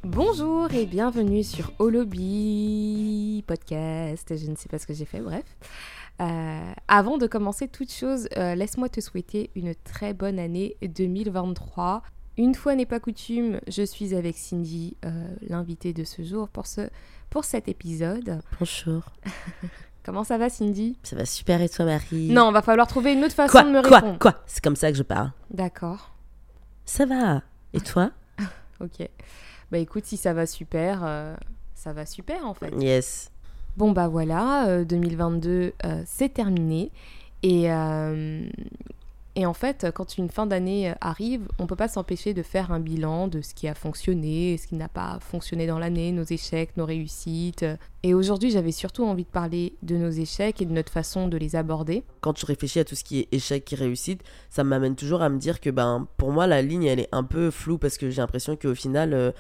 Bonjour et bienvenue sur Holoby Podcast. Je ne sais pas ce que j'ai fait, bref. Avant de commencer toute chose, laisse-moi te souhaiter une très bonne année 2023. Une fois n'est pas coutume, je suis avec Cindy, l'invitée de ce jour pour cet épisode. Bonjour. Comment ça va, Cindy ? Ça va super et toi, Marie ? Non, va falloir trouver une autre façon de me répondre. Quoi ? C'est comme ça que je parle. D'accord. Ça va. Et toi ? Ok. Bah écoute, si ça va super en fait. Yes. Bon bah voilà, 2022 c'est terminé et en fait quand une fin d'année arrive, on peut pas s'empêcher de faire un bilan de ce qui a fonctionné, ce qui n'a pas fonctionné dans l'année, nos échecs, nos réussites. Et aujourd'hui j'avais surtout envie de parler de nos échecs et de notre façon de les aborder. Quand tu réfléchis à tout ce qui est échec et réussite, ça m'amène toujours à me dire que pour moi la ligne elle est un peu floue parce que j'ai l'impression qu'au final,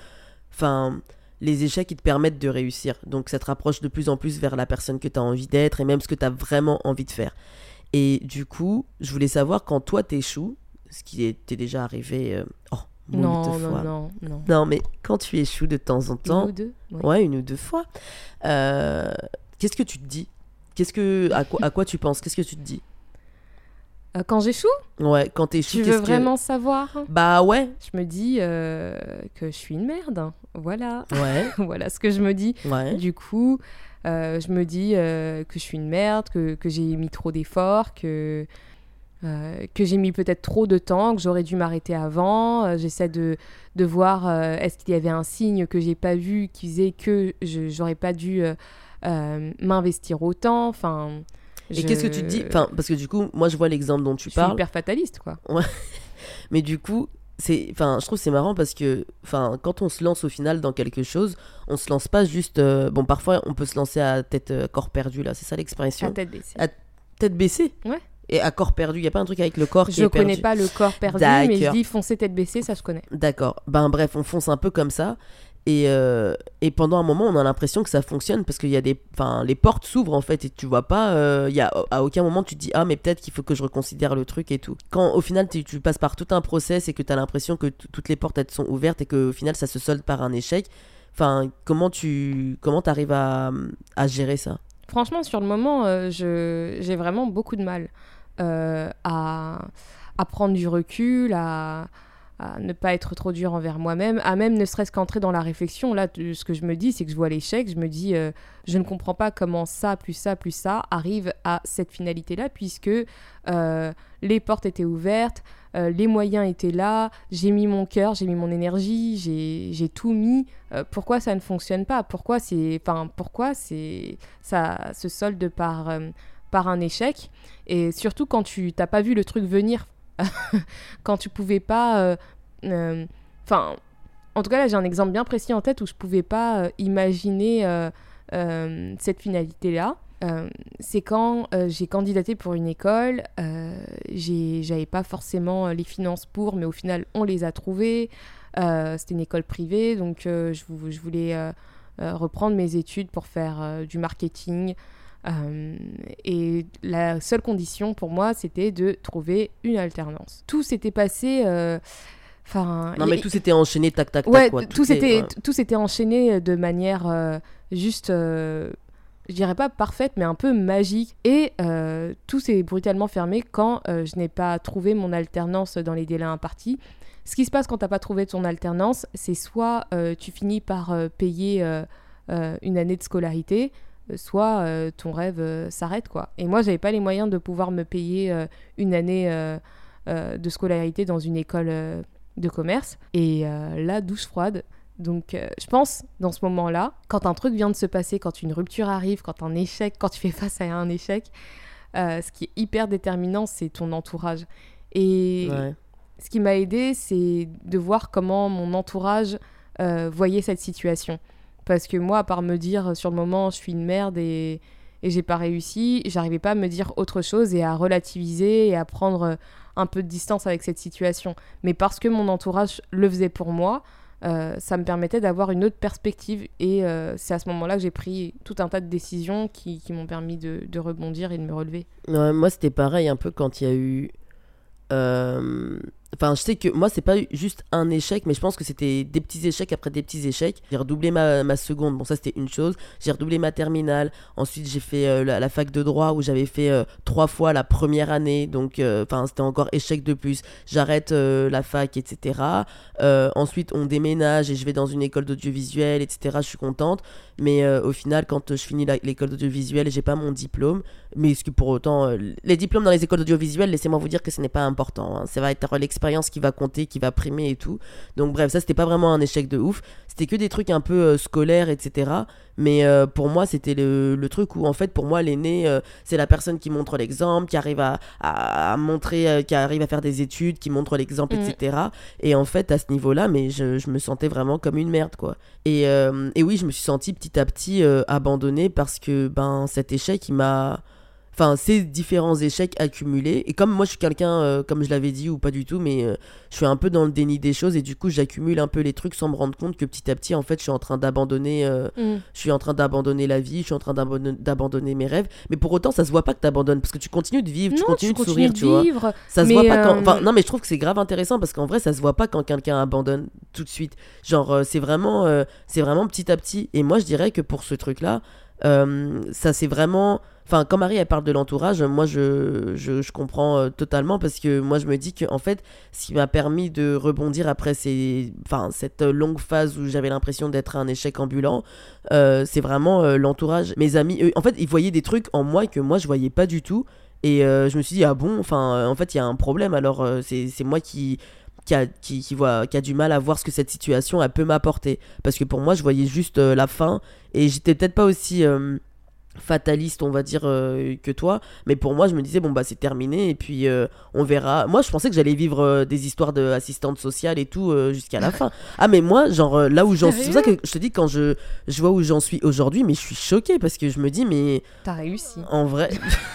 les échecs ils te permettent de réussir. Donc ça te rapproche de plus en plus vers la personne que tu as envie d'être et même ce que tu as vraiment envie de faire. Et du coup, je voulais savoir quand toi t'échoues, ce qui était déjà arrivé moult fois. Non. Non, mais quand tu échoues de temps en temps, Une ou deux, oui. ouais, une ou deux fois, qu'est-ce que tu te dis ? À quoi tu penses ? Qu'est-ce que tu te dis ? Quand j'échoue, Ouais, quand t'échoues, tu veux vraiment savoir ? Bah ouais. Je me dis que je suis une merde, voilà. Ouais. Voilà ce que je me dis. Ouais. Du coup, je me dis que je suis une merde, que j'ai mis trop d'efforts, que j'ai mis peut-être trop de temps, que j'aurais dû m'arrêter avant. J'essaie de voir est-ce qu'il y avait un signe que j'ai pas vu qui faisait que j'aurais pas dû m'investir autant. Enfin, Et qu'est-ce que tu te dis ? Parce que du coup, moi je vois l'exemple dont tu je suis parles. hyper fataliste, quoi. Ouais. Mais du coup, je trouve que c'est marrant parce que quand on se lance au final dans quelque chose, on se lance pas juste. Parfois on peut se lancer à tête corps perdu, là, c'est ça l'expression ? À tête baissée. À tête baissée ? Ouais. Et à corps perdu, il n'y a pas un truc avec le corps qui Je est perdu ? connais pas le corps perdu, D'accord. mais je dis foncer tête baissée, ça je connais. D'accord. Bref, on fonce un peu comme ça. Et pendant un moment, on a l'impression que ça fonctionne parce qu'il y a les portes s'ouvrent en fait et tu vois pas. À aucun moment tu te dis mais peut-être qu'il faut que je reconsidère le truc et tout. Quand au final tu passes par tout un process et que tu as l'impression que toutes les portes elles sont ouvertes et qu'au final ça se solde par un échec. Comment t'arrives à gérer ça ? Franchement, sur le moment, j'ai vraiment beaucoup de mal à prendre du recul, à ne pas être trop dur envers moi-même, à même ne serait-ce qu'entrer dans la réflexion. Là, ce que je me dis, c'est que je vois l'échec, je me dis, je ne comprends pas comment ça, plus ça, arrive à cette finalité-là, puisque les portes étaient ouvertes, les moyens étaient là, j'ai mis mon cœur, j'ai mis mon énergie, j'ai tout mis. Pourquoi ça ne fonctionne pas ? Pourquoi ça se solde par un échec ? Et surtout quand tu n'as pas vu le truc venir, quand tu pouvais pas... en tout cas, là, j'ai un exemple bien précis en tête où je pouvais pas imaginer cette finalité-là. C'est quand j'ai candidaté pour une école, j'avais pas forcément les finances pour, mais au final, on les a trouvées. C'était une école privée, donc je voulais reprendre mes études pour faire du marketing. Et la seule condition pour moi, c'était de trouver une alternance. Tout s'était passé... tout s'était enchaîné, tac, tac, tac. Ouais, quoi. Tout s'était enchaîné de manière juste, je dirais pas parfaite, mais un peu magique. Et tout s'est brutalement fermé quand je n'ai pas trouvé mon alternance dans les délais impartis. Ce qui se passe quand t'as pas trouvé ton alternance, c'est soit tu finis par payer une année de scolarité, soit ton rêve s'arrête, quoi. Et moi, j'avais pas les moyens de pouvoir me payer une année de scolarité dans une école de commerce. Et là, douche froide. Donc, je pense, dans ce moment-là, quand un truc vient de se passer, quand une rupture arrive, quand tu fais face à un échec, ce qui est hyper déterminant, c'est ton entourage. Et ce qui m'a aidée, c'est de voir comment mon entourage voyait cette situation. Parce que moi, à part me dire sur le moment, je suis une merde et j'ai pas réussi, j'arrivais pas à me dire autre chose et à relativiser et à prendre un peu de distance avec cette situation. Mais parce que mon entourage le faisait pour moi, ça me permettait d'avoir une autre perspective. Et c'est à ce moment-là que j'ai pris tout un tas de décisions qui m'ont permis de rebondir et de me relever. Ouais, moi, c'était pareil un peu quand il y a eu... Enfin, je sais que moi, c'est pas juste un échec, mais je pense que c'était des petits échecs après des petits échecs. J'ai redoublé ma seconde, bon, ça c'était une chose. J'ai redoublé ma terminale. Ensuite, j'ai fait la fac de droit où j'avais fait 3 fois la première année. Donc, c'était encore échec de plus. J'arrête la fac, etc. Ensuite, on déménage et je vais dans une école d'audiovisuel, etc. Je suis contente. Mais au final, quand je finis l'école d'audiovisuel, j'ai pas mon diplôme. Mais ce que pour autant, les diplômes dans les écoles d'audiovisuel, laissez-moi vous dire que ce n'est pas important. Hein. Ça va être l'expérience qui va compter, qui va primer et tout. Donc bref, ça c'était pas vraiment un échec de ouf. C'était que des trucs un peu scolaires, etc. Mais pour moi, c'était le truc où en fait, pour moi, l'aîné, c'est la personne qui montre l'exemple, qui arrive à montrer, qui arrive à faire des études, qui montre l'exemple, etc. Et en fait, à ce niveau-là, mais je me sentais vraiment comme une merde, quoi. Et oui, je me suis sentie petit à petit abandonnée parce que cet échec, il m'a... Enfin, ces différents échecs accumulés. Et comme moi, je suis quelqu'un, comme je l'avais dit, ou pas du tout, mais je suis un peu dans le déni des choses. Et du coup, j'accumule un peu les trucs sans me rendre compte que petit à petit, en fait, je suis en train d'abandonner je suis en train d'abandonner la vie, je suis en train d'abandonner mes rêves. Mais pour autant, ça se voit pas que t'abandonnes. Parce que tu continues de vivre, tu continues de sourire, tu vois. Ça se voit pas quand... Enfin, non, mais je trouve que c'est grave intéressant parce qu'en vrai, ça se voit pas quand quelqu'un abandonne tout de suite. Genre, c'est vraiment petit à petit. Et moi, je dirais que pour ce truc-là, ça c'est vraiment... Enfin, quand Marie elle parle de l'entourage, moi je comprends totalement parce que moi je me dis que en fait, ce qui m'a permis de rebondir après cette longue phase où j'avais l'impression d'être un échec ambulant, c'est vraiment l'entourage. Mes amis, eux, en fait, ils voyaient des trucs en moi que moi je voyais pas du tout. Et je me suis dit, ah bon, en fait, il y a un problème. Alors, c'est moi qui a du mal à voir ce que cette situation elle peut m'apporter. Parce que pour moi, je voyais juste la fin. Et j'étais peut-être pas aussi fataliste, on va dire, que toi. Mais pour moi, je me disais, bon, c'est terminé. Et puis, on verra. Moi, je pensais que j'allais vivre des histoires d'assistante sociale et tout jusqu'à la fin. Ah, mais moi, genre, là où j'en suis... C'est pour ça que je te dis, quand je vois où j'en suis aujourd'hui, mais je suis choquée parce que je me dis, mais... T'as réussi. En vrai...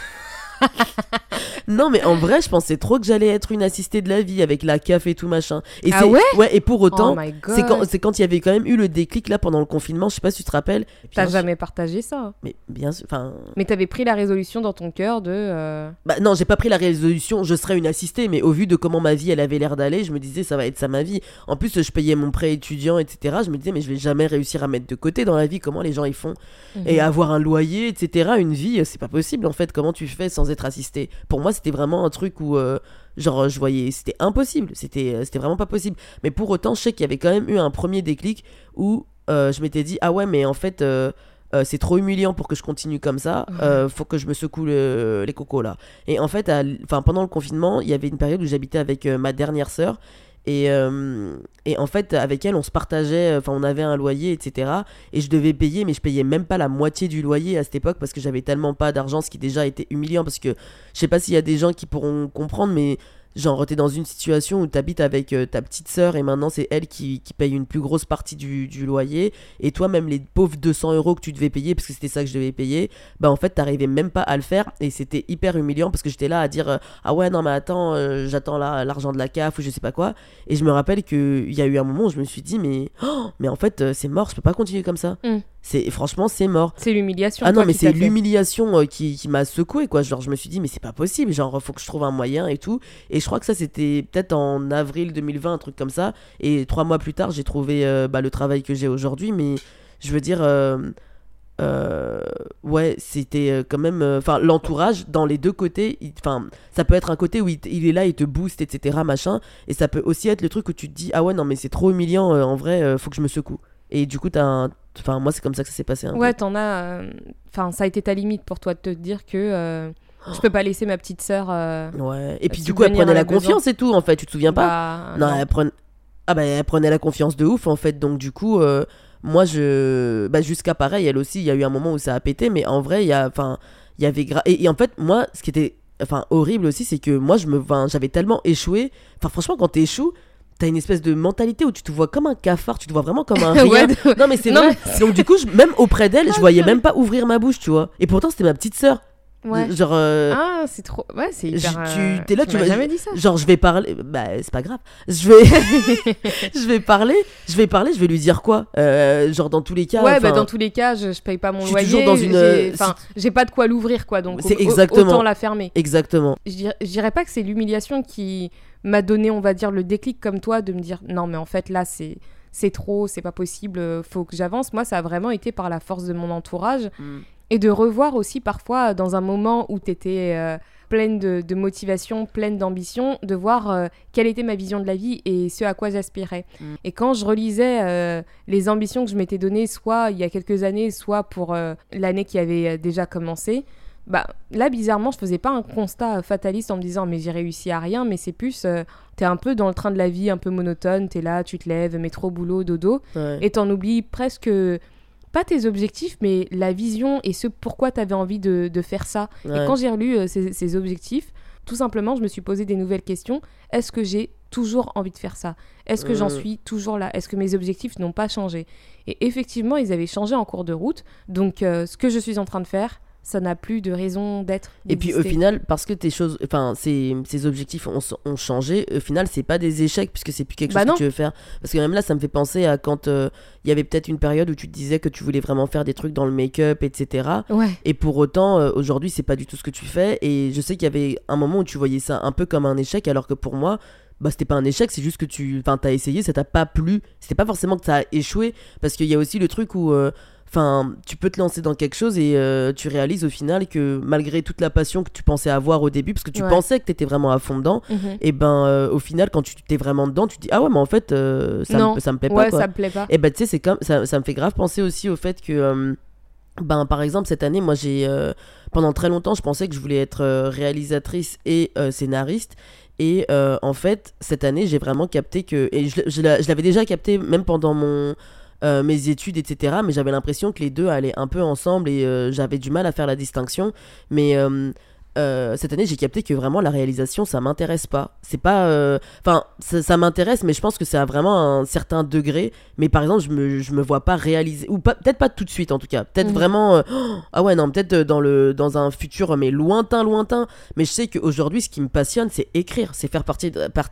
Non, mais en vrai, je pensais trop que j'allais être une assistée de la vie avec la CAF et tout machin. Et ouais, et pour autant, oh c'est quand il y avait quand même eu le déclic là pendant le confinement, je sais pas si tu te rappelles. T'as jamais partagé ça. Mais bien sûr, enfin. Mais t'avais pris la résolution dans ton cœur de. Non, j'ai pas pris la résolution, je serais une assistée, mais au vu de comment ma vie elle avait l'air d'aller, je me disais ça va être ça ma vie. En plus, je payais mon prêt étudiant, etc. Je me disais mais je vais jamais réussir à mettre de côté dans la vie, comment les gens ils font. Et avoir un loyer, etc. Une vie, c'est pas possible en fait. Comment tu fais sans être assistée? Pour moi, c'était vraiment un truc où genre je voyais c'était impossible, c'était vraiment pas possible. Mais pour autant, je sais qu'il y avait quand même eu un premier déclic où je m'étais dit ah ouais, mais en fait c'est trop humiliant pour que je continue comme ça. Faut que je me secoue les cocos là. Et en fait, pendant le confinement, il y avait une période où j'habitais avec ma dernière sœur. Et en fait, avec elle, on se partageait, on avait un loyer, etc. Et je devais payer, mais je payais même pas la moitié du loyer à cette époque parce que j'avais tellement pas d'argent, ce qui déjà était humiliant. Parce que je sais pas s'il y a des gens qui pourront comprendre, mais genre, t'es dans une situation où t'habites avec ta petite sœur et maintenant c'est elle qui paye une plus grosse partie du loyer. Et toi, même les pauvres 200 € que tu devais payer, parce que c'était ça que je devais payer, en fait, t'arrivais même pas à le faire. Et c'était hyper humiliant parce que j'étais là à dire ah ouais, non, mais attends, j'attends l'argent de la CAF ou je sais pas quoi. Et je me rappelle qu'il y a eu un moment où je me suis dit, mais en fait, c'est mort, je peux pas continuer comme ça. Franchement, c'est mort. C'est l'humiliation. Ah non, mais c'est l'humiliation qui m'a secoué, quoi. Genre, je me suis dit, mais c'est pas possible. Genre, faut que je trouve un moyen et tout. Et je crois que ça, c'était peut-être en avril 2020, un truc comme ça. Et 3 mois plus tard, j'ai trouvé le travail que j'ai aujourd'hui. Mais je veux dire, ouais, c'était quand même. L'entourage, dans les deux côtés, ça peut être un côté où il est là, il te booste, etc. Machin. Et ça peut aussi être le truc où tu te dis, ah ouais, non, mais c'est trop humiliant. En vrai, faut que je me secoue. Et du coup, moi, c'est comme ça que ça s'est passé. Ouais, t'en as. Ça a été ta limite pour toi de te dire que je peux pas laisser ma petite sœur. Ouais. Et puis du coup, elle prenait la confiance et tout, en fait. Tu te souviens pas? Non, elle prenait la confiance de ouf, en fait. Donc du coup, moi, jusqu'à pareil, elle aussi, il y a eu un moment où ça a pété, mais en vrai, il y avait et en fait, moi, ce qui était horrible aussi, c'est que moi, j'avais tellement échoué. Franchement, quand t'échoues, t'as une espèce de mentalité où tu te vois comme un cafard, tu te vois vraiment comme un rien. Non mais c'est vrai. Donc du coup, même auprès d'elle, je voyais même pas ouvrir ma bouche, tu vois. Et pourtant, c'était ma petite sœur. Ouais. Genre ah, c'est trop. Ouais, c'est hyper. T'es là, tu m'as jamais dit ça. Genre, je vais parler. C'est pas grave. Je vais parler. Je vais lui dire quoi. Genre, dans tous les cas. Ouais, dans tous les cas, je paye pas mon loyer. Toujours dans une. J'ai pas de quoi l'ouvrir, quoi. Donc, c'est exactement. Autant la fermer. Exactement. Je dirais pas que c'est l'humiliation qui m'a donné, on va dire, le déclic comme toi de me dire non mais en fait là c'est trop, c'est pas possible, faut que j'avance. Moi ça a vraiment été par la force de mon entourage et de revoir aussi parfois dans un moment où t'étais pleine de motivation, pleine d'ambition, de voir quelle était ma vision de la vie et ce à quoi j'aspirais. Et quand je relisais les ambitions que je m'étais données, soit il y a quelques années, soit pour l'année qui avait déjà commencé, bah, là, bizarrement, je faisais pas un constat fataliste en me disant mais j'ai réussi à rien, mais c'est plus t'es un peu dans le train de la vie, un peu monotone, t'es là, tu te lèves, métro, boulot, dodo, et t'en oublies presque pas tes objectifs, mais la vision et ce pourquoi t'avais envie de faire ça. Et quand j'ai relu ces objectifs, tout simplement, je me suis posé des nouvelles questions. Est-ce que j'ai toujours envie de faire ça ? Est-ce que j'en suis toujours là ? Est-ce que mes objectifs n'ont pas changé ? Et effectivement, ils avaient changé en cours de route. Donc, ce que je suis en train de faire, ça n'a plus de raison d'être. Et puis au final, parce que ces objectifs ont changé, au final, c'est pas des échecs puisque c'est plus quelque chose que tu veux faire. Parce que même là, ça me fait penser à quand il y avait peut-être une période où tu te disais que tu voulais vraiment faire des trucs dans le make-up, etc. Ouais. Et pour autant, aujourd'hui, c'est pas du tout ce que tu fais. Et je sais qu'il y avait un moment où tu voyais ça un peu comme un échec, alors que pour moi, bah c'était pas un échec, c'est juste que t'as essayé, ça t'a pas plu. C'était pas forcément que ça a échoué, parce qu'il y a aussi le truc où tu peux te lancer dans quelque chose et tu réalises au final que malgré toute la passion que tu pensais avoir au début, parce que tu pensais que t'étais vraiment à fond dedans, et au final, quand tu t'es vraiment dedans, tu te dis ah ouais, mais en fait, ça me plaît pas. Ouais, quoi. ça me plaît pas. Et tu sais, c'est comme ça me fait grave penser aussi au fait que par exemple, cette année, moi pendant très longtemps, je pensais que je voulais être réalisatrice et scénariste. Et en fait, cette année, j'ai vraiment capté que, et je l'avais déjà capté même pendant mes études, etc. Mais j'avais l'impression que les deux allaient un peu ensemble et j'avais du mal à faire la distinction. Mais cette année, j'ai capté que vraiment la réalisation, ça m'intéresse pas. C'est pas, ça m'intéresse, mais je pense que c'est à vraiment un certain degré. Mais par exemple, je me vois pas réaliser, ou peut-être pas tout de suite en tout cas. Peut-être vraiment, ah ouais non, peut-être dans un futur mais lointain. Mais je sais qu'aujourd'hui, ce qui me passionne, c'est écrire, c'est faire partie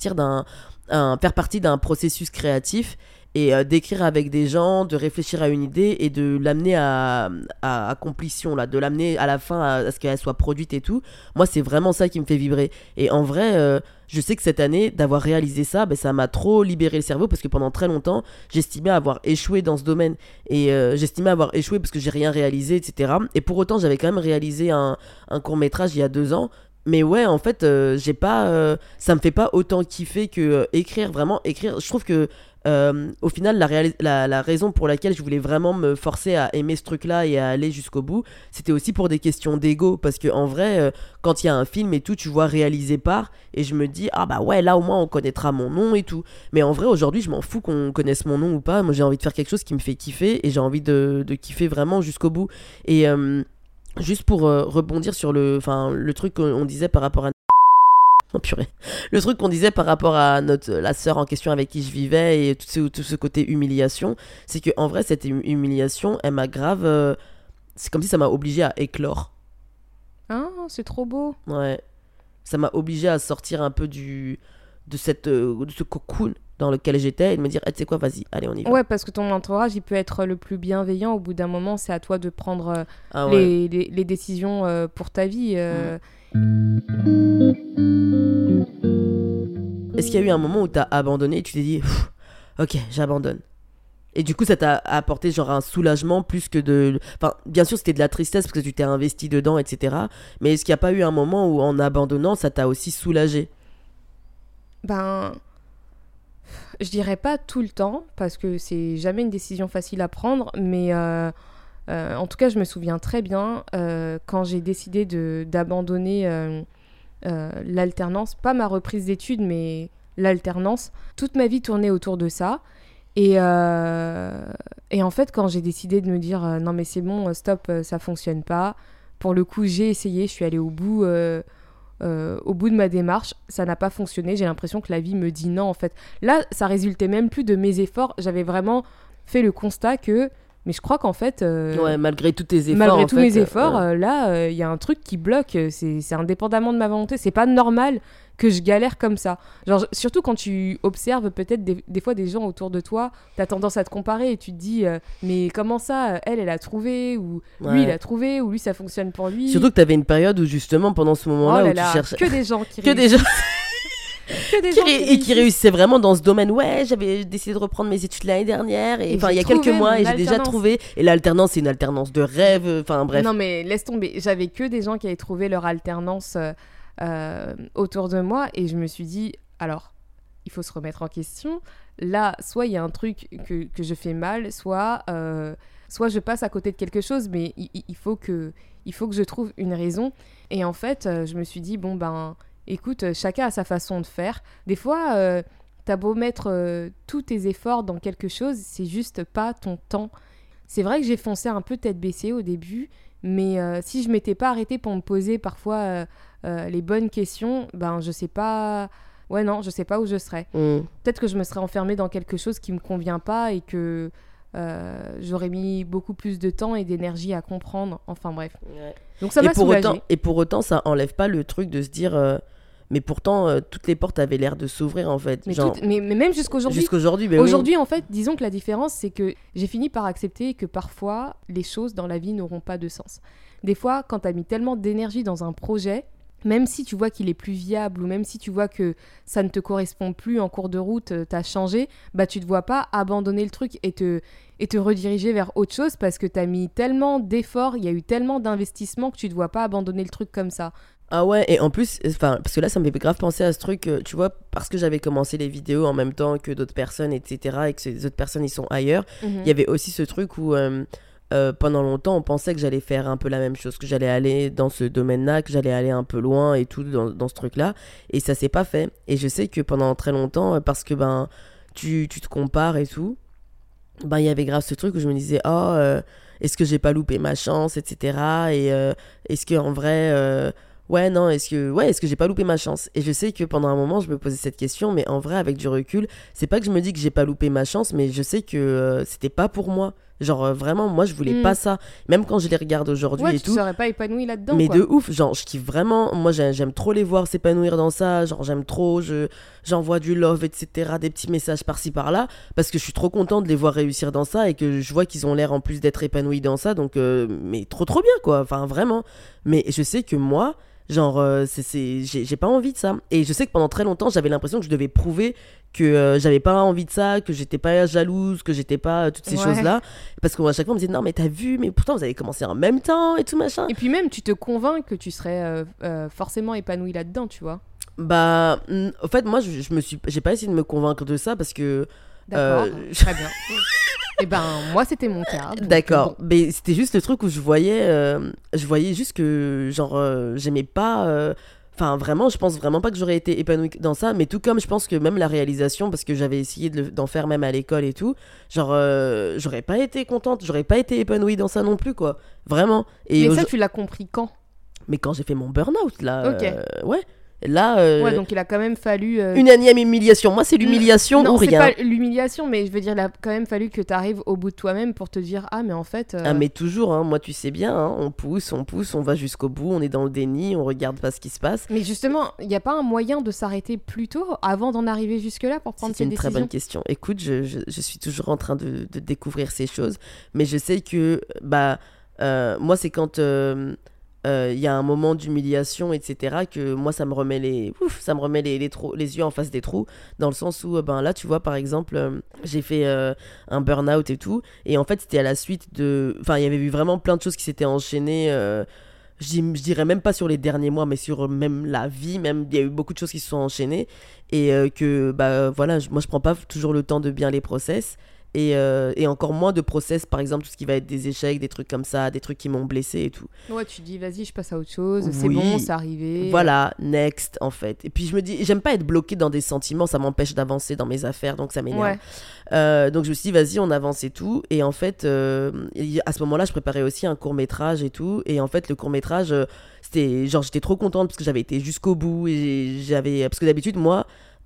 d'un processus créatif. Et d'écrire avec des gens, de réfléchir à une idée et de l'amener à complétion, là, de l'amener à la fin à ce qu'elle soit produite et tout. Moi, c'est vraiment ça qui me fait vibrer. Et en vrai, je sais que cette année, d'avoir réalisé ça, ça m'a trop libéré le cerveau parce que pendant très longtemps, j'estimais avoir échoué dans ce domaine. Et j'estimais avoir échoué parce que j'ai rien réalisé, etc. Et pour autant, j'avais quand même réalisé un court-métrage il y a 2 ans. Mais ouais, en fait, j'ai pas, ça me fait pas autant kiffer que écrire. Vraiment, écrire, je trouve que au final, la raison pour laquelle je voulais vraiment me forcer à aimer ce truc-là et à aller jusqu'au bout, c'était aussi pour des questions d'ego. Parce que en vrai, quand il y a un film et tout, tu vois réalisé par, et je me dis, ah bah ouais, là au moins on connaîtra mon nom et tout. Mais en vrai, aujourd'hui, je m'en fous qu'on connaisse mon nom ou pas. Moi, j'ai envie de faire quelque chose qui me fait kiffer et j'ai envie de kiffer vraiment jusqu'au bout. Et juste pour rebondir sur le truc qu'on disait par rapport à... Oh purée. Le truc qu'on disait par rapport à la sœur en question avec qui je vivais et tout ce côté humiliation, c'est que en vrai cette humiliation, elle m'a grave... c'est comme si ça m'a obligé à éclore. Ah, c'est trop beau. Ouais. Ça m'a obligé à sortir un peu de ce cocoon dans lequel j'étais et de me dire, tu sais quoi, vas-y, allez, on y va. Ouais, parce que ton entourage, il peut être le plus bienveillant. Au bout d'un moment, c'est à toi de prendre ouais. les décisions pour ta vie. Est-ce qu'il y a eu un moment où t'as abandonné et tu t'es dit, ok, j'abandonne? Et du coup, ça t'a apporté genre un soulagement plus que de... Enfin, bien sûr, c'était de la tristesse parce que tu t'es investi dedans, etc. Mais est-ce qu'il n'y a pas eu un moment où, en abandonnant, ça t'a aussi soulagé? Je dirais pas tout le temps, parce que c'est jamais une décision facile à prendre, mais en tout cas, je me souviens très bien quand j'ai décidé d'abandonner l'alternance, pas ma reprise d'études, mais l'alternance. Toute ma vie tournait autour de ça. Et en fait, quand j'ai décidé de me dire non mais c'est bon, stop, ça fonctionne pas. Pour le coup, j'ai essayé, je suis allée au bout de ma démarche, ça n'a pas fonctionné. J'ai l'impression que la vie me dit non en fait. Là, ça résultait même plus de mes efforts. J'avais vraiment fait le constat que, mais je crois qu'en fait, ouais, malgré tous tes efforts, malgré tous mes efforts, là, il y a un truc qui bloque. C'est indépendamment de ma volonté. C'est pas normal que je galère comme ça. Genre, surtout quand tu observes peut-être des fois des gens autour de toi, t'as tendance à te comparer et tu te dis mais comment ça, elle a trouvé, ou lui il a trouvé, ou lui ça fonctionne pour lui. Surtout que t'avais une période où justement pendant ce moment-là où tu cherchais que des gens qui que des gens Que des gens Et qui réussissaient vraiment dans ce domaine. Ouais, j'avais décidé de reprendre mes études l'année dernière, et enfin il y a quelques mois, et j'ai déjà trouvé. Et l'alternance, c'est une alternance de rêve. Enfin bref. Non mais laisse tomber. J'avais que des gens qui avaient trouvé leur alternance autour de moi, et je me suis dit, alors, il faut se remettre en question. Là, soit il y a un truc que je fais mal, soit je passe à côté de quelque chose, mais il faut que je trouve une raison. Et en fait, je me suis dit, bon ben, écoute, chacun a sa façon de faire. Des fois, t'as beau mettre tous tes efforts dans quelque chose, c'est juste pas ton temps. C'est vrai que j'ai foncé un peu tête baissée au début, mais si je m'étais pas arrêtée pour me poser parfois les bonnes questions, ben je sais pas... Ouais, non, je sais pas où je serais. Peut-être que je me serais enfermée dans quelque chose qui me convient pas, et que j'aurais mis beaucoup plus de temps et d'énergie à comprendre. Enfin bref. Ouais. Donc ça m'a soulagée. Et pour autant, ça enlève pas le truc de se dire... mais pourtant, toutes les portes avaient l'air de s'ouvrir, en fait. Mais même jusqu'aujourd'hui. Aujourd'hui, en fait, disons que la différence, c'est que j'ai fini par accepter que parfois, les choses dans la vie n'auront pas de sens. Des fois, quand t'as mis tellement d'énergie dans un projet... Même si tu vois qu'il est plus viable, ou même si tu vois que ça ne te correspond plus en cours de route, t'as changé, bah tu te vois pas abandonner le truc et te rediriger vers autre chose, parce que t'as mis tellement d'efforts, il y a eu tellement d'investissements que tu te vois pas abandonner le truc comme ça. Ah ouais, et en plus, parce que là ça me fait grave penser à ce truc, tu vois, parce que j'avais commencé les vidéos en même temps que d'autres personnes, etc., et que ces autres personnes ils sont ailleurs, il y avait aussi ce truc où... pendant longtemps, on pensait que j'allais faire un peu la même chose, que j'allais aller dans ce domaine-là, que j'allais aller un peu loin et tout dans ce truc-là. Et ça s'est pas fait. Et je sais que pendant très longtemps, parce que tu te compares et tout, il y avait grave ce truc où je me disais, est-ce que j'ai pas loupé ma chance, etc. Et est-ce que en vrai... ouais, non, est-ce que j'ai pas loupé ma chance? Et je sais que pendant un moment, je me posais cette question, mais en vrai, avec du recul, c'est pas que je me dis que j'ai pas loupé ma chance, mais je sais que c'était pas pour moi. Genre, vraiment, moi, je voulais pas ça. Même quand je les regarde aujourd'hui et tout. Ouais, tu serais pas épanouie là-dedans, mais quoi. de ouf, genre, je kiffe vraiment. Moi, j'aime trop les voir s'épanouir dans ça. Genre, j'aime trop, j'envoie du love, etc., des petits messages par-ci, par-là, parce que je suis trop contente de les voir réussir dans ça, et que je vois qu'ils ont l'air, en plus, d'être épanouis dans ça. Donc, mais trop, trop bien, quoi. Enfin, vraiment. Mais je sais que moi... Genre, j'ai pas envie de ça. Et je sais que pendant très longtemps, j'avais l'impression que je devais prouver que j'avais pas envie de ça, que j'étais pas jalouse, que j'étais pas toutes ces choses-là. Parce qu'à chaque fois, on me disait, non, mais t'as vu, mais pourtant, vous avez commencé en même temps et tout, machin. Et puis même, tu te convaincs que tu serais forcément épanouie là-dedans, tu vois. En fait, moi, j'ai pas essayé de me convaincre de ça, parce que... D'accord, très bien. Et moi, c'était mon cas. D'accord, mais c'était juste le truc où je voyais juste que, genre, j'aimais pas... Enfin, vraiment, je pense vraiment pas que j'aurais été épanouie dans ça, mais tout comme je pense que même la réalisation, parce que j'avais essayé d'en faire même à l'école et tout, genre, j'aurais pas été contente, j'aurais pas été épanouie dans ça non plus, quoi. Vraiment. Et mais ça, tu l'as compris quand? Mais quand j'ai fait mon burn-out, là. Ok. Ouais. Là, ouais, donc il a quand même fallu... une énième humiliation. Moi, c'est l'humiliation ou rien. Non, c'est pas l'humiliation, mais je veux dire, il a quand même fallu que tu arrives au bout de toi-même pour te dire, ah, mais en fait... Ah, mais toujours, hein, moi, tu sais bien, hein, on pousse, on va jusqu'au bout, on est dans le déni, on regarde pas ce qui se passe. Mais justement, il n'y a pas un moyen de s'arrêter plus tôt avant d'en arriver jusque-là pour prendre ces décisions? C'est une très bonne question. Écoute, je suis toujours en train de découvrir ces choses, mais je sais que, moi, c'est quand... y a un moment d'humiliation, etc., que moi ça me remet les yeux en face des trous, dans le sens où là tu vois, par exemple, j'ai fait un burn-out et tout, et en fait c'était à la suite de, enfin il y avait eu vraiment plein de choses qui s'étaient enchaînées, je dirais même pas sur les derniers mois, mais sur même la vie, même il y a eu beaucoup de choses qui se sont enchaînées, et que voilà, moi je prends pas toujours le temps de bien les process. Et encore moins de process, par exemple, tout ce qui va être des échecs, des trucs comme ça, des trucs qui m'ont blessé et tout. Ouais, tu dis, vas-y, je passe à autre chose, c'est bon, c'est arrivé. Voilà, next, en fait. Et puis je me dis, j'aime pas être bloquée dans des sentiments, ça m'empêche d'avancer dans mes affaires, donc ça m'énerve. Ouais. Donc je me suis dit, vas-y, on avance et tout. Et en fait, à ce moment-là, je préparais aussi un court-métrage et tout. Et en fait, le court-métrage, c'était genre, j'étais trop contente parce que j'avais été jusqu'au bout. Et parce que d'habitude, moi...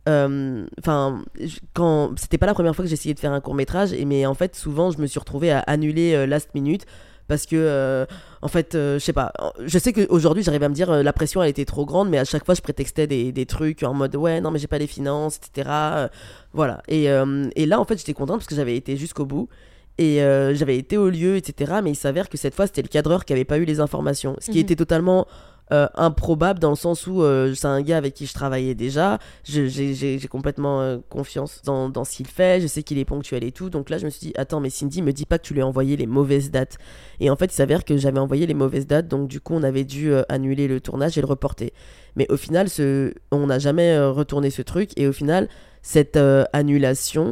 quand c'était pas la première fois que j'essayais de faire un court-métrage, mais en fait souvent je me suis retrouvée à annuler last minute parce que en fait je sais pas, je sais qu'aujourd'hui j'arrive à me dire la pression elle était trop grande, mais à chaque fois je prétextais des trucs en mode ouais non mais j'ai pas les finances, etc. Voilà, et là en fait j'étais contente parce que j'avais été jusqu'au bout. Et j'avais été au lieu, etc. Mais il s'avère que cette fois, c'était le cadreur qui avait pas eu les informations. Ce qui était totalement improbable dans le sens où c'est un gars avec qui je travaillais déjà, j'ai complètement confiance dans ce qu'il fait, je sais qu'il est ponctuel et tout, donc là je me suis dit attends mais Cindy me dis pas que tu lui as envoyé les mauvaises dates, et en fait il s'avère que j'avais envoyé les mauvaises dates, donc du coup on avait dû annuler le tournage et le reporter, mais au final on n'a jamais retourné ce truc, et au final cette annulation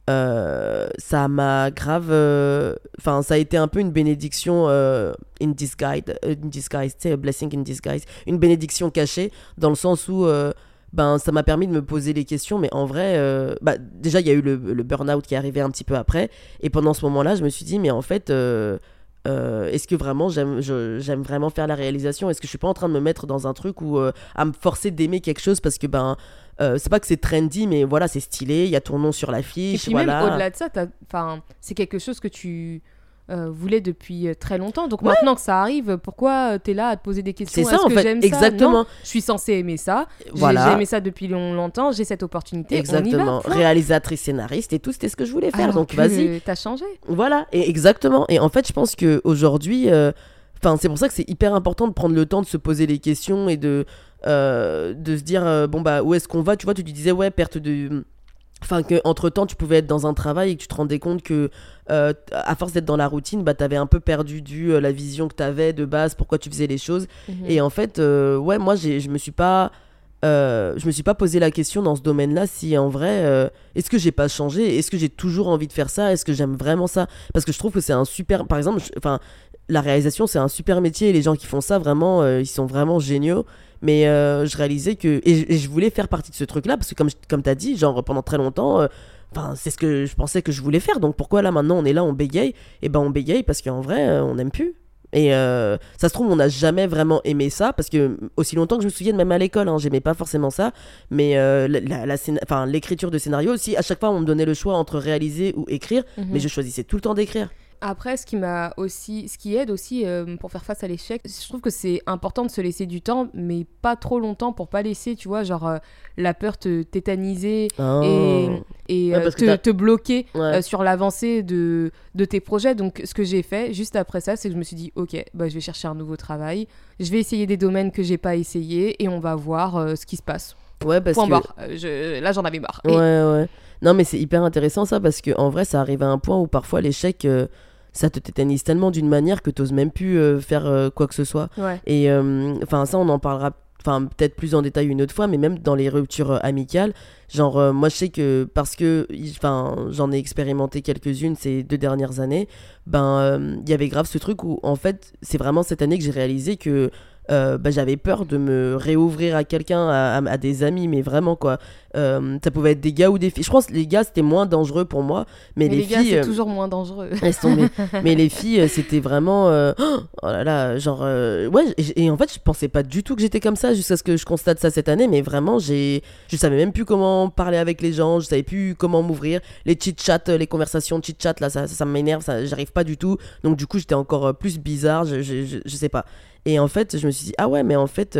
ça m'a grave enfin ça a été un peu une bénédiction in disguise, tu sais, a blessing in disguise, une bénédiction cachée dans le sens où ben ça m'a permis de me poser les questions, mais en vrai bah, déjà il y a eu le burn-out qui est arrivé un petit peu après, et pendant ce moment-là je me suis dit mais en fait est-ce que vraiment j'aime vraiment faire la réalisation, est-ce que je suis pas en train de me mettre dans un truc où à me forcer d'aimer quelque chose parce que ben c'est pas que c'est trendy, mais voilà, c'est stylé, il y a ton nom sur l'affiche. Et puis voilà. même au-delà de ça, c'est quelque chose que tu voulais depuis très longtemps. Donc maintenant que ça arrive, pourquoi t'es là à te poser des questions? C'est ça, Est-ce en que fait, j'aime exactement. ça? Non, je suis censée aimer ça. Voilà. J'ai aimé ça depuis longtemps, j'ai cette opportunité. Exactement. On y va, réalisatrice, scénariste et tout, c'était ce que je voulais faire. Alors donc que vas-y. T'as changé. Voilà, et exactement. Et en fait, je pense qu'aujourd'hui, c'est pour ça que c'est hyper important de prendre le temps de se poser les questions et de se dire bon bah où est-ce qu'on va, tu vois, tu te disais ouais, perte de, enfin que entre temps tu pouvais être dans un travail et que tu te rendais compte que à force d'être dans la routine, bah t'avais un peu perdu la vision que t'avais de base, pourquoi tu faisais les choses. Et en fait ouais, moi je me suis pas posé la question dans ce domaine-là si en vrai est-ce que j'ai pas changé, est-ce que j'ai toujours envie de faire ça, est-ce que j'aime vraiment ça, parce que je trouve que c'est un super, par exemple la réalisation c'est un super métier et les gens qui font ça vraiment ils sont vraiment géniaux, mais je réalisais que et je voulais faire partie de ce truc là parce que comme t'as dit, genre pendant très longtemps c'est ce que je pensais que je voulais faire, donc pourquoi là maintenant on est là, on bégaye, et ben on bégaye parce qu'en vrai on n'aime plus. Et ça se trouve on n'a jamais vraiment aimé ça, parce que aussi longtemps que je me souvienne, même à l'école hein, j'aimais pas forcément ça, mais l'écriture de scénario aussi, à chaque fois on me donnait le choix entre réaliser ou écrire, mais je choisissais tout le temps d'écrire. Après, ce qui aide aussi pour faire face à l'échec, je trouve que c'est important de se laisser du temps, mais pas trop longtemps, pour pas laisser, tu vois, genre la peur te tétaniser et Ouais, te bloquer Ouais. sur l'avancée de tes projets. Donc, ce que j'ai fait juste après ça, c'est que je me suis dit, ok, bah, je vais chercher un nouveau travail, je vais essayer des domaines que j'ai pas essayé et on va voir ce qui se passe. Ouais, parce Point que barre. Là, j'en avais marre. ouais. Non, mais c'est hyper intéressant ça, parce que en vrai ça arrive à un point où parfois l'échec ça te tétanise tellement d'une manière que t'oses même plus faire quoi que ce soit. Ouais. Et ça on en parlera peut-être plus en détail une autre fois, mais même dans les ruptures amicales, genre moi je sais que parce que j'en ai expérimenté quelques-unes ces 2 dernières années, il y avait grave ce truc où en fait c'est vraiment cette année que j'ai réalisé que j'avais peur de me réouvrir à quelqu'un, à des amis, mais vraiment quoi. Ça pouvait être des gars ou des filles. Je pense que les gars c'était moins dangereux pour moi, mais les gars filles c'est toujours moins dangereux. elles sont mais les filles c'était vraiment oh là là, genre ouais, et en fait je pensais pas du tout que j'étais comme ça jusqu'à ce que je constate ça cette année, mais vraiment je savais même plus comment parler avec les gens, je savais plus comment m'ouvrir, les chit-chat, les conversations chit-chat là, ça m'énerve, j'arrive pas du tout, donc du coup j'étais encore plus bizarre, je sais pas. Et en fait je me suis dit ah ouais, mais en fait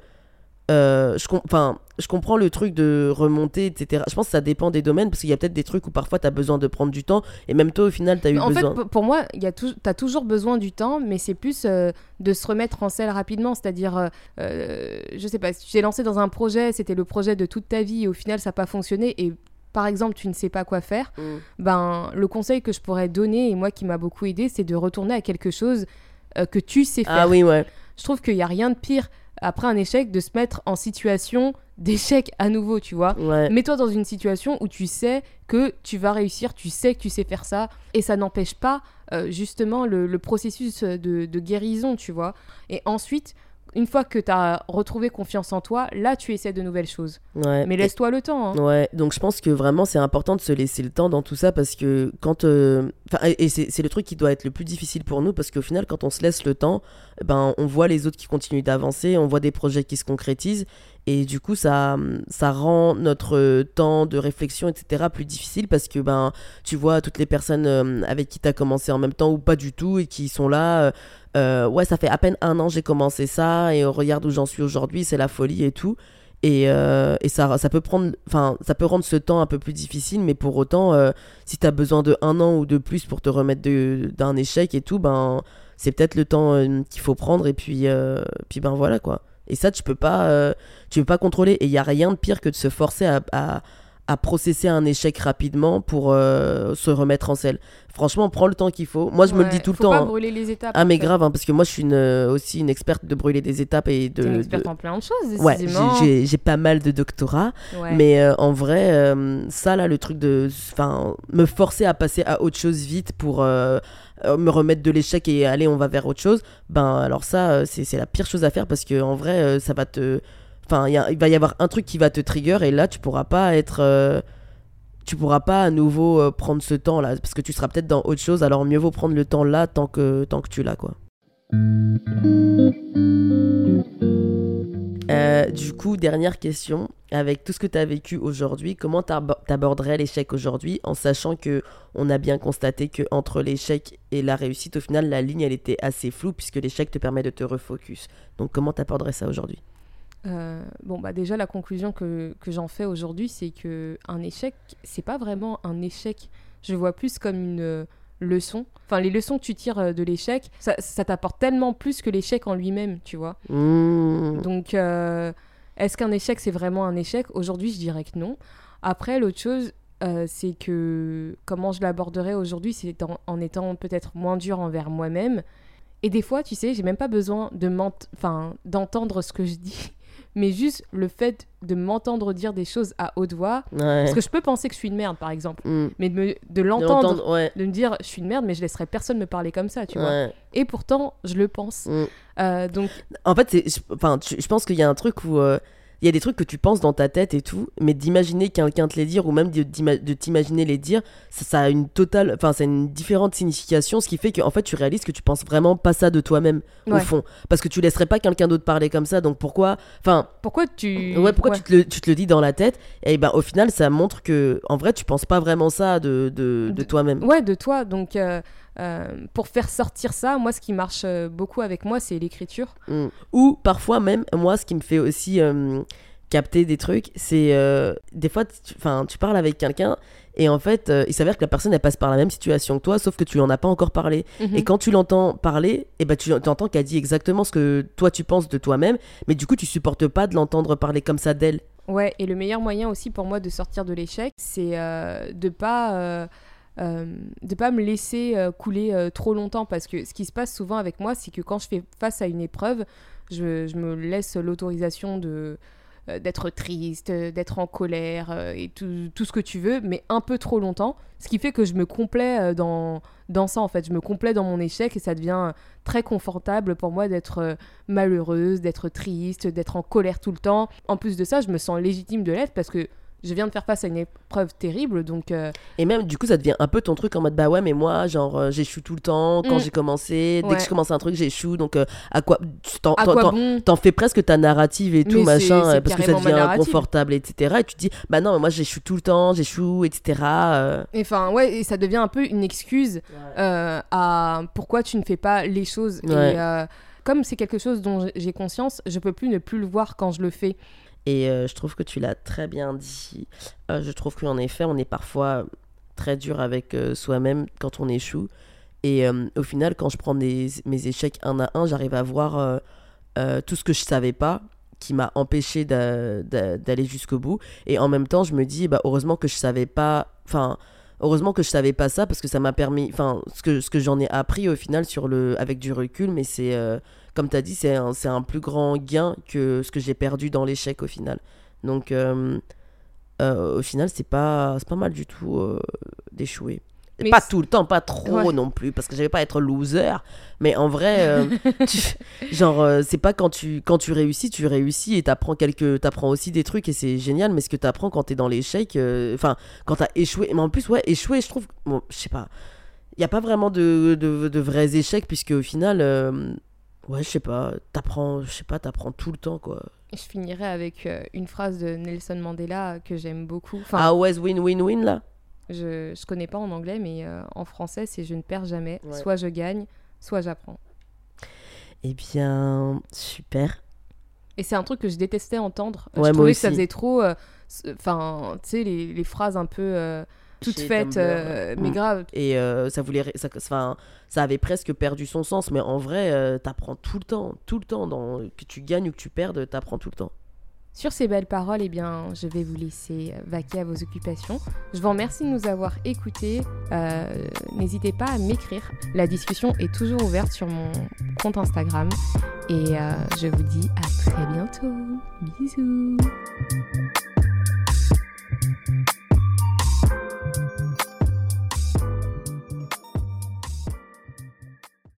je comprends le truc de remonter, etc. Je pense que ça dépend des domaines, parce qu'il y a peut-être des trucs où parfois t'as besoin de prendre du temps, et même toi au final t'as eu besoin. En fait, pour moi, t'as toujours besoin du temps, mais c'est plus de se remettre en selle rapidement. C'est-à-dire, je sais pas, si tu t'es lancé dans un projet, c'était le projet de toute ta vie, et au final ça n'a pas fonctionné, et par exemple tu ne sais pas quoi faire, le conseil que je pourrais donner, et moi qui m'a beaucoup aidé, c'est de retourner à quelque chose que tu sais faire. Ah oui, ouais. Je trouve qu'il n'y a rien de pire après un échec de se mettre en situation d'échec à nouveau, tu vois. Ouais. Mets-toi dans une situation où tu sais que tu vas réussir, tu sais que tu sais faire ça, et ça n'empêche pas justement le processus de guérison, tu vois. Et ensuite, une fois que tu as retrouvé confiance en toi, là tu essaies de nouvelles choses. Ouais. Mais laisse-toi le temps. Hein. Ouais, donc je pense que vraiment c'est important de se laisser le temps dans tout ça, parce que quand et c'est le truc qui doit être le plus difficile pour nous, parce qu'au final quand on se laisse le temps, on voit les autres qui continuent d'avancer, on voit des projets qui se concrétisent, et du coup ça rend notre temps de réflexion, etc., plus difficile, parce que tu vois toutes les personnes avec qui t'as commencé en même temps ou pas du tout, et qui sont là ouais, ça fait à peine 1 an j'ai commencé ça, et regarde où j'en suis aujourd'hui, c'est la folie et tout. Et ça peut ça peut rendre ce temps un peu plus difficile, mais pour autant si t'as besoin de 1 an ou de plus pour te remettre d'un échec et tout, c'est peut-être le temps qu'il faut prendre, et puis ben voilà quoi. Et ça, tu peux pas contrôler. Et il y a rien de pire que de se forcer à processer un échec rapidement pour se remettre en selle. Franchement, prends le temps qu'il faut. Moi, je me le dis tout le temps. Faut pas brûler les étapes. Ah, mais grave, hein, parce que moi, je suis aussi une experte de brûler des étapes et de. T'es une experte en plein de choses, Ouais, décidément. j'ai pas mal de doctorats, mais en vrai, ça là, le truc de, me forcer à passer à autre chose vite pour me remettre de l'échec et aller, on va vers autre chose. Ben alors ça, c'est la pire chose à faire parce que en vrai, ça va te. Enfin, il va y avoir un truc qui va te trigger et là, tu pourras pas à nouveau prendre ce temps là parce que tu seras peut-être dans autre chose. Alors mieux vaut prendre le temps là tant que tu l'as quoi. Du coup, dernière question. Avec tout ce que tu as vécu aujourd'hui, comment t'aborderais l'échec aujourd'hui en sachant que on a bien constaté que entre l'échec et la réussite, au final, la ligne elle était assez floue puisque l'échec te permet de te refocus. Donc comment t'aborderais ça aujourd'hui ? Bon, bah déjà, la conclusion que j'en fais aujourd'hui, c'est qu'un échec, c'est pas vraiment un échec. Je le vois plus comme une leçon. Enfin, les leçons que tu tires de l'échec, ça t'apporte tellement plus que l'échec en lui-même, tu vois. Donc, est-ce qu'un échec, c'est vraiment un échec ? Aujourd'hui, je dirais que non. Après, l'autre chose, c'est que comment je l'aborderai aujourd'hui, c'est en étant peut-être moins dur envers moi-même. Et des fois, tu sais, j'ai même pas besoin d'entendre ce que je dis. Mais juste le fait de m'entendre dire des choses à haute voix, parce que je peux penser que je suis une merde, par exemple, mais de l'entendre, de me dire je suis une merde, mais je laisserai personne me parler comme ça, tu vois. Et pourtant, je le pense. Donc... En fait, je pense qu'il y a un truc où... il y a des trucs que tu penses dans ta tête et tout, mais d'imaginer quelqu'un te les dire ou même de t'imaginer les dire, ça a une différente signification, ce qui fait qu'en fait tu réalises que tu penses vraiment pas ça de toi-même au fond, parce que tu laisserais pas quelqu'un d'autre parler comme ça, donc pourquoi tu te le dis dans la tête, et ben au final ça montre que en vrai tu penses pas vraiment ça de toi-même. Ouais, de toi, donc pour faire sortir ça, moi ce qui marche beaucoup avec moi, c'est l'écriture. Ou parfois même, moi ce qui me fait aussi capter des trucs, c'est des fois tu parles avec quelqu'un et en fait il s'avère que la personne elle passe par la même situation que toi, sauf que tu lui en as pas encore parlé. Et quand tu l'entends parler, et ben tu entends qu'elle dit exactement ce que toi tu penses de toi-même, mais du coup tu supportes pas de l'entendre parler comme ça d'elle. Ouais, et le meilleur moyen aussi pour moi de sortir de l'échec, c'est de pas me laisser couler trop longtemps, parce que ce qui se passe souvent avec moi, c'est que quand je fais face à une épreuve, je me laisse l'autorisation d'être triste, d'être en colère et tout ce que tu veux, mais un peu trop longtemps, ce qui fait que je me complais dans ça en fait, je me complais dans mon échec et ça devient très confortable pour moi d'être malheureuse, d'être triste, d'être en colère tout le temps. En plus de ça, je me sens légitime de l'être parce que je viens de faire face à une épreuve terrible, donc... Et même, du coup, ça devient un peu ton truc en mode, bah ouais, mais moi, genre, j'échoue tout le temps. Quand j'ai commencé, dès que je commence un truc, j'échoue. Donc, à quoi bon t'en fais presque ta narrative et tout, mais machin, c'est parce que ça devient inconfortable, etc. Et tu te dis, bah non, mais moi, j'échoue tout le temps, j'échoue, etc. Enfin, ouais, et ça devient un peu une excuse à pourquoi tu ne fais pas les choses. Ouais. Et comme c'est quelque chose dont j'ai conscience, je peux plus ne plus le voir quand je le fais. Et je trouve que tu l'as très bien dit. Je trouve qu'en effet, on est parfois très dur avec soi-même quand on échoue. Et au final, quand je prends mes échecs un à un, j'arrive à voir tout ce que je savais pas, qui m'a empêché d'aller jusqu'au bout. Et en même temps, je me dis, bah, heureusement que je savais pas ça, parce que ça m'a permis, ce que j'en ai appris au final avec du recul, mais c'est... comme tu as dit, c'est un plus grand gain que ce que j'ai perdu dans l'échec au final. Donc, au final, c'est pas mal du tout d'échouer. Mais pas tout le temps, pas trop non plus, parce que je vais pas être loser. Mais en vrai, c'est pas quand tu réussis et t'apprends aussi des trucs et c'est génial. Mais ce que t'apprends quand t'es dans l'échec, quand t'as échoué. Mais en plus, échouer, je trouve, bon, je sais pas, il y a pas vraiment de vrais échecs puisque au final. Ouais, je sais pas, t'apprends tout le temps, quoi. Je finirai avec une phrase de Nelson Mandela que j'aime beaucoup. Always win-win-win, là. Je connais pas en anglais, mais en français, c'est « je ne perds jamais ». Ouais. Soit je gagne, soit j'apprends. Eh bien, super. Et c'est un truc que je détestais entendre. Ouais, je trouvais que ça faisait trop... tu sais, les phrases un peu... toute chez faite, Tumblr. mais grave. Et ça avait presque perdu son sens, mais en vrai, t'apprends tout le temps, que tu gagnes ou que tu perdes, t'apprends tout le temps. Sur ces belles paroles, eh bien, je vais vous laisser vaquer à vos occupations. Je vous remercie de nous avoir écoutés. N'hésitez pas à m'écrire. La discussion est toujours ouverte sur mon compte Instagram. Et je vous dis à très bientôt. Bisous.